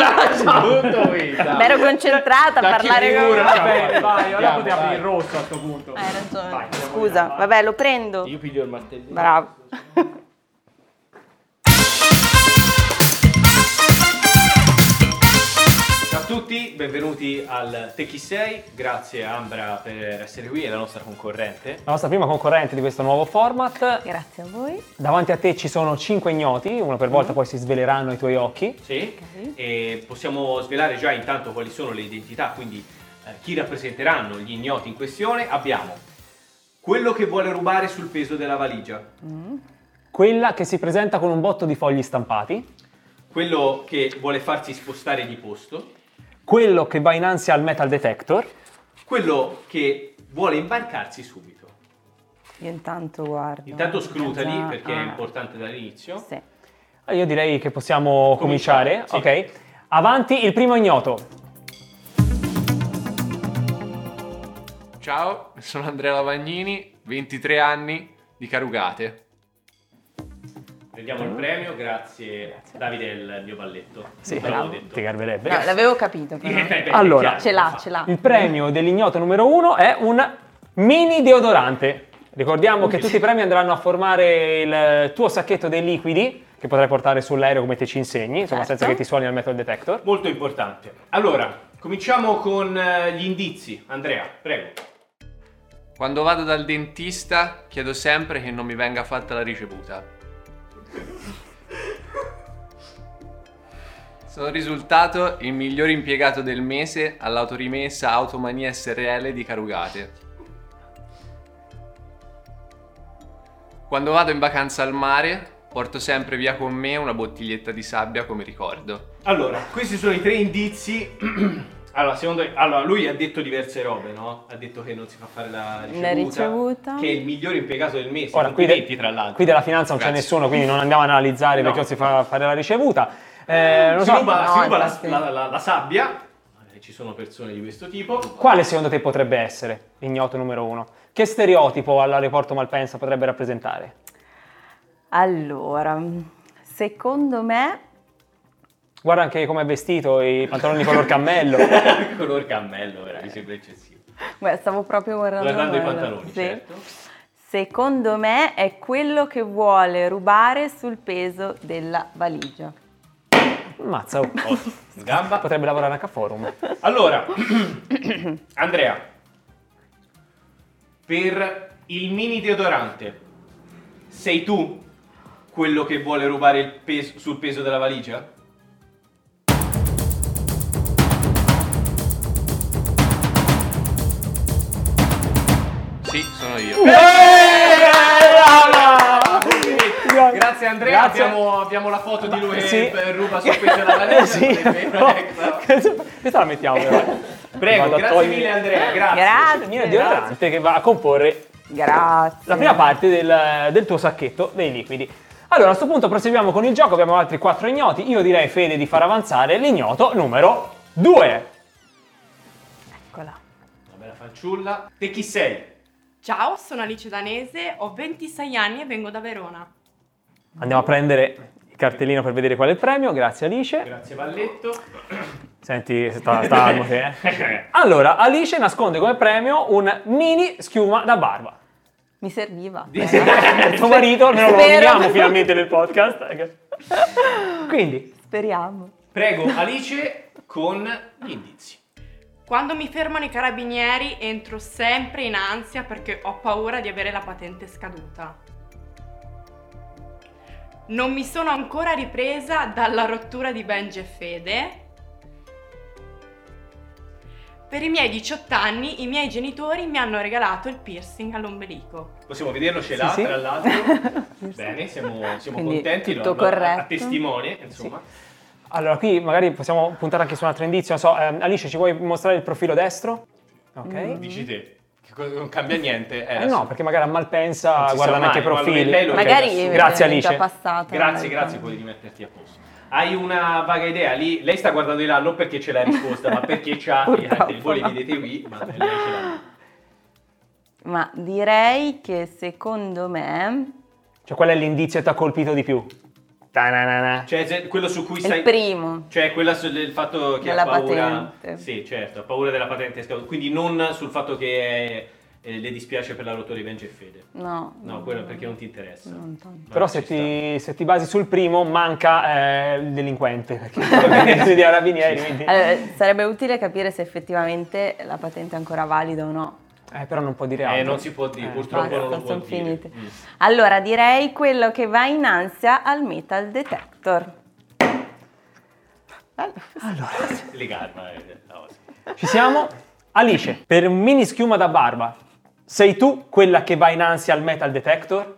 Ma ero concentrata a parlare con Va bene, vai, ora potevi aprire il rosso a sto punto. Hai ragione. Vai, andiamo Scusa, via. vabbè, lo prendo. Io piglio il martellino. Bravo. Ciao a tutti, benvenuti al Te chi sei. Grazie Ambra per essere qui, è la nostra concorrente. La nostra prima concorrente di questo nuovo format. Grazie a voi. Davanti a te ci sono 5 ignoti, uno per volta poi si sveleranno ai tuoi occhi. Sì, e possiamo svelare già intanto quali sono le identità, quindi chi rappresenteranno gli ignoti in questione. Abbiamo quello che vuole rubare sul peso della valigia, Quella che si presenta con un botto di fogli stampati. quello che vuole farsi spostare di posto, Quello che va in ansia al metal detector. quello che vuole imbarcarsi subito. Io intanto guardo. Intanto scrutali Già. perché è importante dall'inizio. Sì. Io direi che possiamo cominciare. Sì. Ok. Avanti, il primo ignoto. Ciao, sono Andrea Lavagnini, 23 anni, di Carugate. Prendiamo il premio, grazie Davide, il mio balletto. Sì, Te l'avevo detto. ti garberebbe. No, l'avevo capito. Però. Allora, Ce l'ha. Il premio dell'ignoto numero 1 è un mini deodorante. Ricordiamo che tutti i premi andranno a formare il tuo sacchetto dei liquidi che potrai portare sull'aereo come te ci insegni, insomma, Certo. senza che ti suoni al metal detector. Molto importante. Allora, cominciamo con gli indizi. Andrea, prego. Quando vado dal dentista chiedo sempre che non mi venga fatta la ricevuta. Sono risultato il miglior impiegato del mese all'autorimessa Automania SRL di Carugate. Quando vado in vacanza al mare Porto sempre via con me una bottiglietta di sabbia come ricordo. Allora, questi sono i 3 indizi. Allora, secondo me, lui ha detto diverse robe, no? Ha detto che non si fa fare la ricevuta, che è il miglior impiegato del mese. Ora, tra l'altro. Qui della finanza non c'è nessuno, quindi non andiamo a analizzare perché non si fa fare la ricevuta. Non si so. ruba la sabbia. Ci sono persone di questo tipo. Quale secondo te potrebbe essere l'ignoto numero 1? Che stereotipo all'aeroporto Malpensa potrebbe rappresentare? Allora, secondo me... Guarda anche come è vestito, i pantaloni color cammello. Color cammello, mi sembra eccessivo. Beh, stavo proprio guardando i pantaloni, sì. certo. Secondo me è quello che vuole rubare sul peso della valigia. Mazza, gamba. Potrebbe lavorare anche a Forum. Allora, Andrea, per il mini deodorante, sei tu quello che vuole rubare il peso sul peso della valigia? Sì, sono io. Grazie Andrea, Grazie. Abbiamo la foto di lui Sì. che ruba sul peso della valigia. Sì, questa la mettiamo però. Prego, Vado a grazie togliere- mille Andrea, grazie. Il mio deodorante che va a comporre Grazie. la prima parte del tuo sacchetto dei liquidi. Allora, a questo punto proseguiamo con il gioco, abbiamo altri 4 ignoti. Io direi, Fede, di far avanzare l'ignoto numero 2. Eccola. Una bella fanciulla. Te chi sei? Ciao, sono Alice Danese, ho 26 anni e vengo da Verona. Andiamo a prendere il cartellino per vedere qual è il premio. Grazie Alice. Grazie Valletto. Senti, sta calmo te. Allora, Alice nasconde come premio un mini schiuma da barba. Mi serviva. Tuo marito, almeno lo Spero. nominiamo finalmente nel podcast. Quindi, Speriamo. Prego Alice con gli indizi. Quando mi fermano i carabinieri entro sempre in ansia perché ho paura di avere la patente scaduta. Non mi sono ancora ripresa dalla rottura di Benji e Fede. Per i miei 18 anni i miei genitori mi hanno regalato il piercing all'ombelico. Possiamo vederlo, ce l'ha Sì. tra l'altro. Bene, siamo Quindi contenti. tutto a corretto. testimone, insomma. allora qui magari possiamo puntare anche su un altro indizio. Non so, Alice, ci vuoi mostrare il profilo destro? Ok. Dici te. Che non cambia niente. No, perché magari a Malpensa Non si sa guardano anche i mai, ma profili. lei lo Magari vede da Grazie, è Alice. già passata. Grazie, puoi rimetterti a posto. Hai una vaga idea? Lei sta guardando di là non perché c'è la risposta, ma perché c'ha voi le vedete qui, ma lei ce l'ha. Ma direi che secondo me Cioè, qual è l'indizio che ti ha colpito di più? Ta-na-na-na. Cioè, quello su cui è stai... il primo. Cioè, quella sul fatto che Della ha paura... patente. Sì, certo, ha paura della patente scaduta. Quindi non sul fatto che le dispiace per la rottura di Benji e Fede. No. No, quello perché non ti interessa. Non tanto. Però se ti basi sul primo manca il delinquente, perché di carabinieri, quindi... Allora, sarebbe utile capire se effettivamente la patente è ancora valida o no. Però non può dire altro. Non si può dire, purtroppo non lo può sono dire. finite. Allora, direi quello che va in ansia al metal detector. Le garba, Ci siamo? Alice, per un mini schiuma da barba, sei tu quella che va in ansia al metal detector?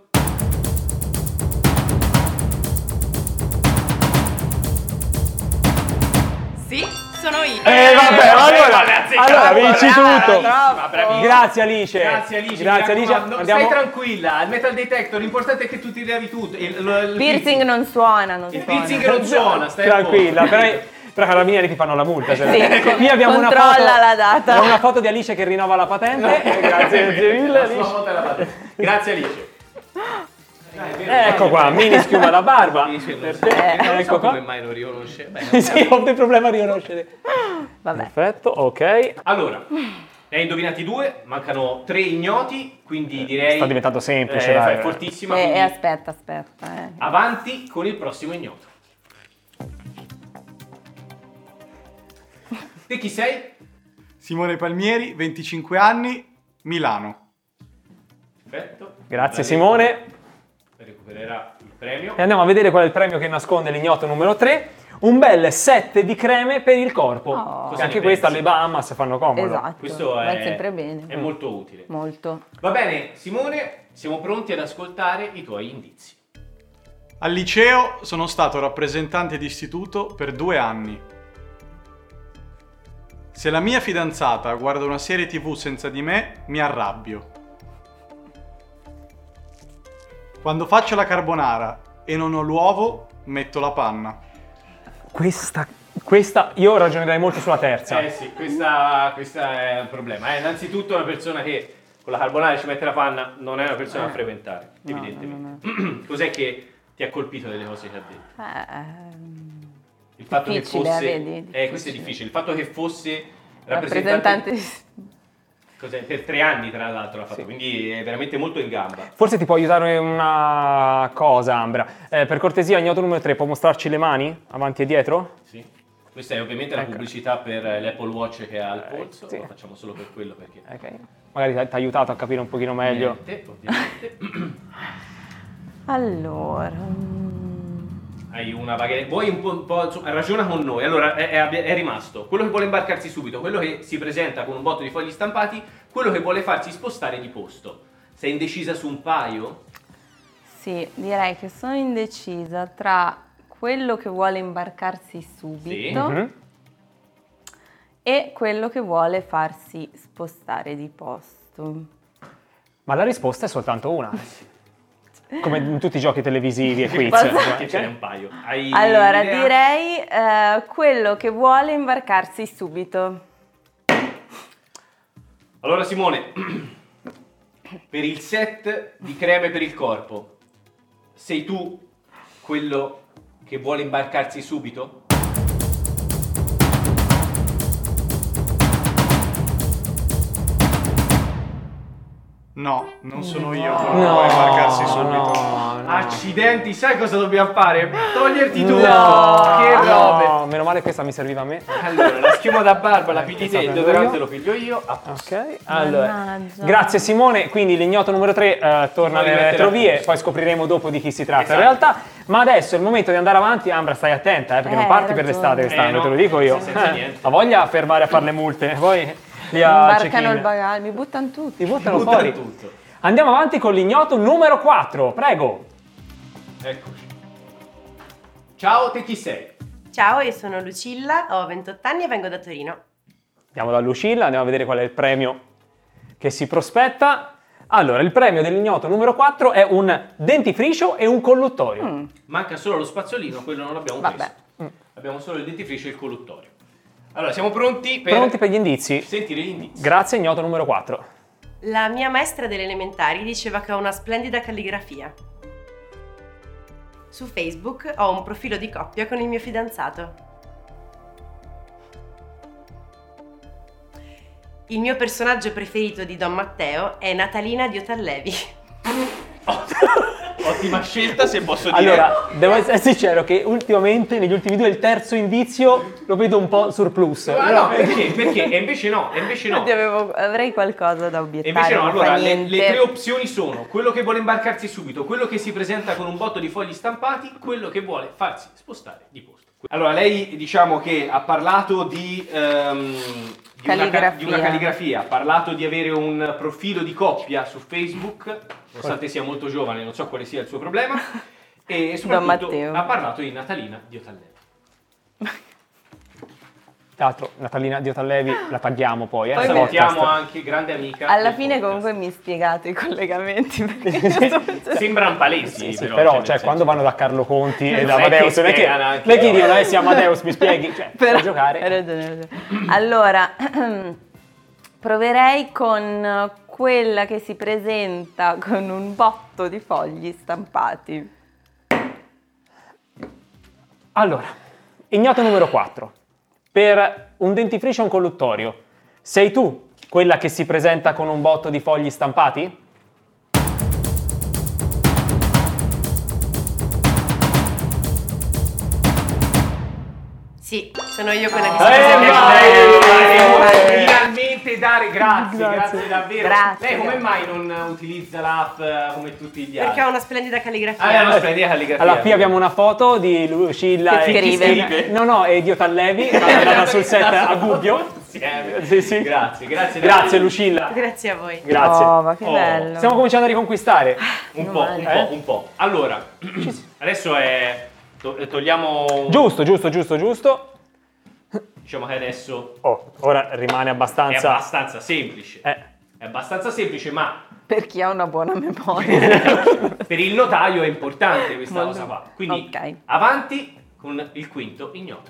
Sì, sono io. Vabbè, allora vinci tutto. Bravissima. Grazie Alice. Grazie Alice. Grazie Alice. Stai tranquilla, il metal detector, l'importante è che tu ti levi tutto. Il Piercing non suona, non Il suona. piercing non suona, stai Tranquilla, però carabinieri ti fanno la multa. Sì, Qui abbiamo una controlla foto, la data. abbiamo una foto di Alice che rinnova la patente. Grazie mille Alice. Grazie Alice. Ecco qua, mini schiuma da barba. Non Ecco so qua. come mai non riconosce. Beh, Sì, ho un problema a riconoscere. Vabbè. Perfetto, ok. allora, ne hai indovinati 2, mancano 3 ignoti, quindi direi... Sta diventando semplice, dai. È fortissima, quindi Aspetta. avanti con il prossimo ignoto. Te chi sei? Simone Palmieri, 25 anni, Milano. Perfetto. Grazie Simone. Recupererà il premio. E andiamo a vedere qual è il premio che nasconde l'ignoto numero 3. Un bel set di creme per il corpo. Oh. Che Cosa anche ne queste pensi? alle Bahamas fanno comodo. Esatto. Questo va è sempre bene. È molto utile. Molto. Va bene, Simone, siamo pronti ad ascoltare i tuoi indizi. Al liceo sono stato rappresentante di istituto per 2 anni. Se la mia fidanzata guarda una serie TV senza di me, mi arrabbio. Quando faccio la carbonara e non ho l'uovo, metto la panna. Questa io ragionerei molto sulla terza. Sì, questa è un problema. Innanzitutto una persona che con la carbonara ci mette la panna non è una persona da frequentare, evidentemente. No. Cos'è che ti ha colpito delle cose che ha detto? Il fatto che fosse... vedi, questo è difficile. Il fatto che fosse rappresentante... Cos'è? Per 3 anni tra l'altro l'ha fatto, quindi è veramente molto in gamba. Forse ti può aiutare una cosa, Ambra. Per cortesia, ignoto numero 3, può mostrarci le mani avanti e dietro? Sì. Questa è ovviamente la pubblicità per l'Apple Watch che ha al polso, lo facciamo solo per quello perché... Ok. Magari ti ha aiutato a capire un pochino meglio. Ovviamente. Allora... Hai una vaga... Vuoi un po' insomma, ragiona con noi. Allora, è rimasto quello che vuole imbarcarsi subito, quello che si presenta con un botto di fogli stampati, quello che vuole farsi spostare di posto. Sei indecisa su un paio? Sì, direi che sono indecisa tra quello che vuole imbarcarsi subito e quello che vuole farsi spostare di posto. Ma la risposta è soltanto una. Come in tutti i giochi televisivi e quiz. Che ce n'è un paio. Allora, direi quello che vuole imbarcarsi subito. Allora Simone, per il set di creme per il corpo, sei tu quello che vuole imbarcarsi subito? No, non sono io quello che vuole imbarcarsi subito. Accidenti, sai cosa dobbiamo fare? Toglierti tutto! No, Che robe! no, meno male questa mi serviva a me. Allora, la schiuma da barba la pigli te, il deodorante lo piglio io. Ok, allora. Grazie Simone, quindi l'ignoto numero 3 torna alle retrovie, poi scopriremo dopo di chi si tratta in realtà. Ma adesso è il momento di andare avanti. Ambra, stai attenta, perché non parti per l'estate quest'anno, te lo dico io. Ha voglia a fermare a fare le multe, poi... Imbarcano il bagaglio, mi buttano tutti. Buttano fuori tutto. Andiamo avanti con l'ignoto numero 4, prego. Eccoci. Ciao, te chi sei? Ciao, io sono Lucilla, ho 28 anni e vengo da Torino. Andiamo da Lucilla, andiamo a vedere qual è il premio che si prospetta. Allora, il premio dell'ignoto numero 4 è un dentifricio e un colluttorio. Manca solo lo spazzolino, quello non l'abbiamo preso. Abbiamo solo il dentifricio e il colluttorio. Allora, siamo pronti per gli indizi? Sentire gli indizi. Grazie, ignoto numero 4. La mia maestra delle elementari diceva che ho una splendida calligrafia. Su Facebook ho un profilo di coppia con il mio fidanzato. Il mio personaggio preferito di Don Matteo è Natalina Diotallevi. Ottima scelta, se posso dire. Allora, devo essere sincero che ultimamente, negli ultimi due, il terzo indizio lo vedo un po' surplus. No, perché? E invece no. Avrei qualcosa da obiettare. Invece no, allora, le 3 opzioni sono quello che vuole imbarcarsi subito, quello che si presenta con un botto di fogli stampati, quello che vuole farsi spostare di posto. Allora, lei diciamo che ha parlato di una calligrafia, ha parlato di avere un profilo di coppia su Facebook, nonostante sia molto giovane, non so quale sia il suo problema, e soprattutto ha parlato di Natalina Diotallevi. Tra l'altro, Natalina Diotallevi la paghiamo poi. Poi salutiamo anche, grande amica. Alla fine comunque mi spiegate i collegamenti. Sembrano palesi, sì, però cioè, quando vanno da Carlo Conti e da Amadeus, non è che lei chi dicono sia Amadeus, mi spieghi? Cioè, per giocare. Hai ragione. Allora, proverei con quella che si presenta con un botto di fogli stampati. Allora, ignoto numero 4. Per un dentifricio e un colluttorio, sei tu quella che si presenta con un botto di fogli stampati? Sì, sono io quella che si presenta. Finalmente grazie davvero. Grazie. Lei come mai non utilizza l'app come tutti gli altri? Perché ho una splendida calligrafia. È una splendida calligrafia. Allora, qui abbiamo una foto di Lucilla che scrive. No, e Diotallevi, andata sul set a Gubbio. insieme. Sì. Grazie Lucilla. Grazie a voi. Grazie. Oh, ma che bello. Stiamo cominciando a riconquistare. Un po'. Allora, adesso togliamo... Giusto. Diciamo che adesso... Ora rimane abbastanza... È abbastanza semplice. È abbastanza semplice, ma... Per chi ha una buona memoria. Per il notaio è importante questa cosa qua. Quindi avanti con il quinto ignoto.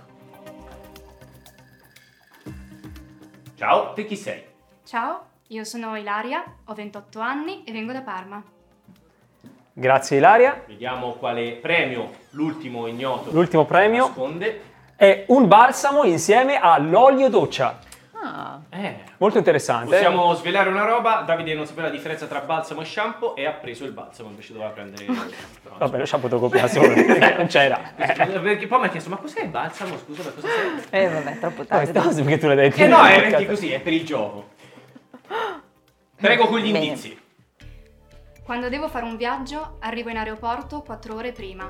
Ciao, te chi sei? Ciao, io sono Ilaria, ho 28 anni e vengo da Parma. Grazie Ilaria. Vediamo quale premio l'ultimo ignoto L'ultimo premio nasconde. È un balsamo insieme all'olio doccia. Molto interessante. Possiamo svelare una roba. Davide non sapeva la differenza tra balsamo e shampoo e ha preso il balsamo, invece doveva prendere il shampoo. Vabbè, lo shampoo te lo copiassimo perché non c'era. Perché poi mi ha chiesto, ma cos'è il balsamo? Scusa, per cosa serve? Vabbè, troppo tardi. Perché tu l'hai detto? No, è perché così, è per il gioco. Prego con gli indizi. Quando devo fare un viaggio, arrivo in aeroporto 4 ore prima.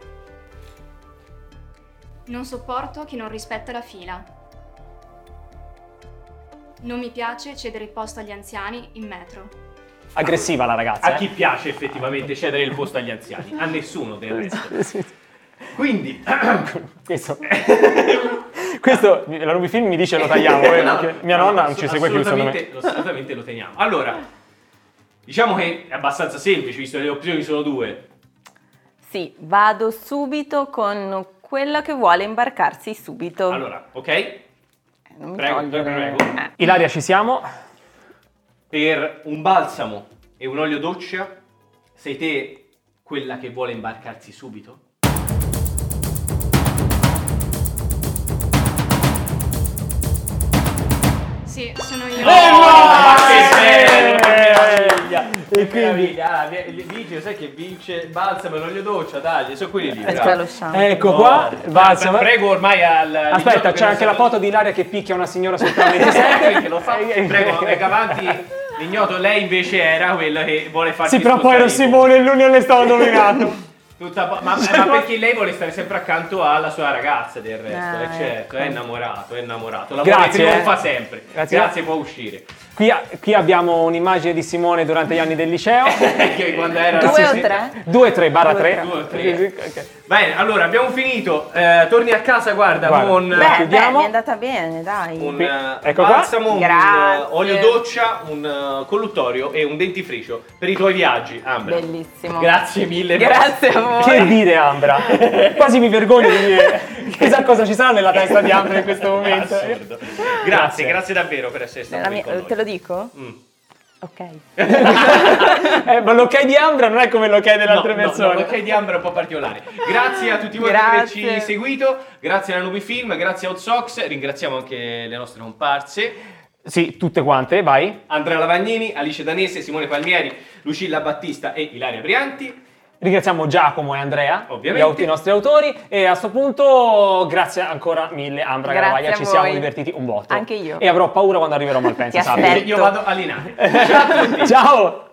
Non sopporto chi non rispetta la fila. Non mi piace cedere il posto agli anziani in metro. Aggressiva la ragazza. A chi piace effettivamente cedere il posto agli anziani? A nessuno del resto. Quindi questo la Rubifilm mi dice lo tagliamo, perché mia nonna non ci segue più secondo me. Assolutamente lo teniamo. Allora, diciamo che è abbastanza semplice, visto che le opzioni sono 2. Sì, vado subito con quella che vuole imbarcarsi subito. Allora, ok? Prego. Ilaria, ci siamo? Per un balsamo e un olio doccia, sei te quella che vuole imbarcarsi subito? Sì, sono io. Che meraviglia! Vince, sai che vince il balsamo e l'olio doccia, dai, sono quelli lì. Ecco qua, il balsamo. Prego ormai Aspetta, c'è anche la foto di Ilaria che picchia una signora sul tram 27. Che lo fa. Prego, venga avanti. L'ignoto, lei invece era quella che vuole farsi Sì, però poi era Simone e lui non le stava dominato. Ma perché lei vuole stare sempre accanto alla sua ragazza del resto, certo, è innamorato. L'amore trionfa sempre. Grazie, può uscire. Qui abbiamo un'immagine di Simone durante gli anni del liceo. Che quando era 2 o 3? 2 3 barra 3. 2 o 3. Bene, allora abbiamo finito. Torni a casa, guarda. Chiudiamo. Mi è andata bene, dai. Un ecco balsamo, un olio doccia, un colluttorio e un dentifricio per i tuoi viaggi, Ambra. Bellissimo. Grazie mille. Grazie a voi. Che dire, Ambra? Quasi mi vergogno di dire chissà cosa ci sarà nella testa di Ambra in questo momento. Assurdo. Grazie davvero per essere stato qui con noi. Te lo dico? Ok. Ma l'ok di Ambra non è come l'ok delle altre persone. No, l'ok di Ambra è un po' particolare. Grazie a tutti voi per averci seguito. Grazie alla Nubifilm, grazie a Outsox. Ringraziamo anche le nostre comparse. Sì, tutte quante, vai. Andrea Lavagnini, Alice Danese, Simone Palmieri, Lucilla Battista e Ilaria Brianti. Ringraziamo Giacomo e Andrea, ovviamente, i nostri autori, e a questo punto grazie ancora mille Ambra Garavaglia, ci siamo divertiti un botto. Anche io. E avrò paura quando arriverò a Malpensa, sappi. Io vado a Linate. Ciao a tutti. Ciao!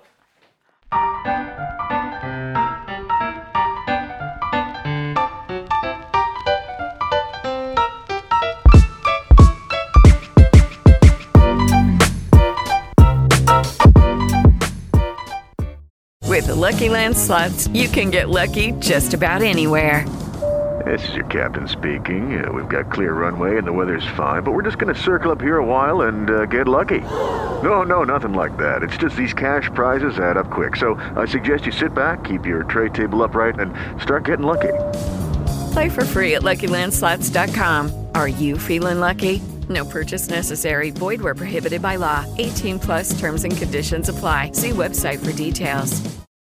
With the Lucky Land Slots, you can get lucky just about anywhere. This is your captain speaking. We've got clear runway and the weather's fine, but we're just going to circle up here a while and get lucky. No, nothing like that. It's just these cash prizes add up quick. So I suggest you sit back, keep your tray table upright, and start getting lucky. Play for free at LuckyLandSlots.com. Are you feeling lucky? No purchase necessary. Void where prohibited by law. 18+ terms and conditions apply. See website for details.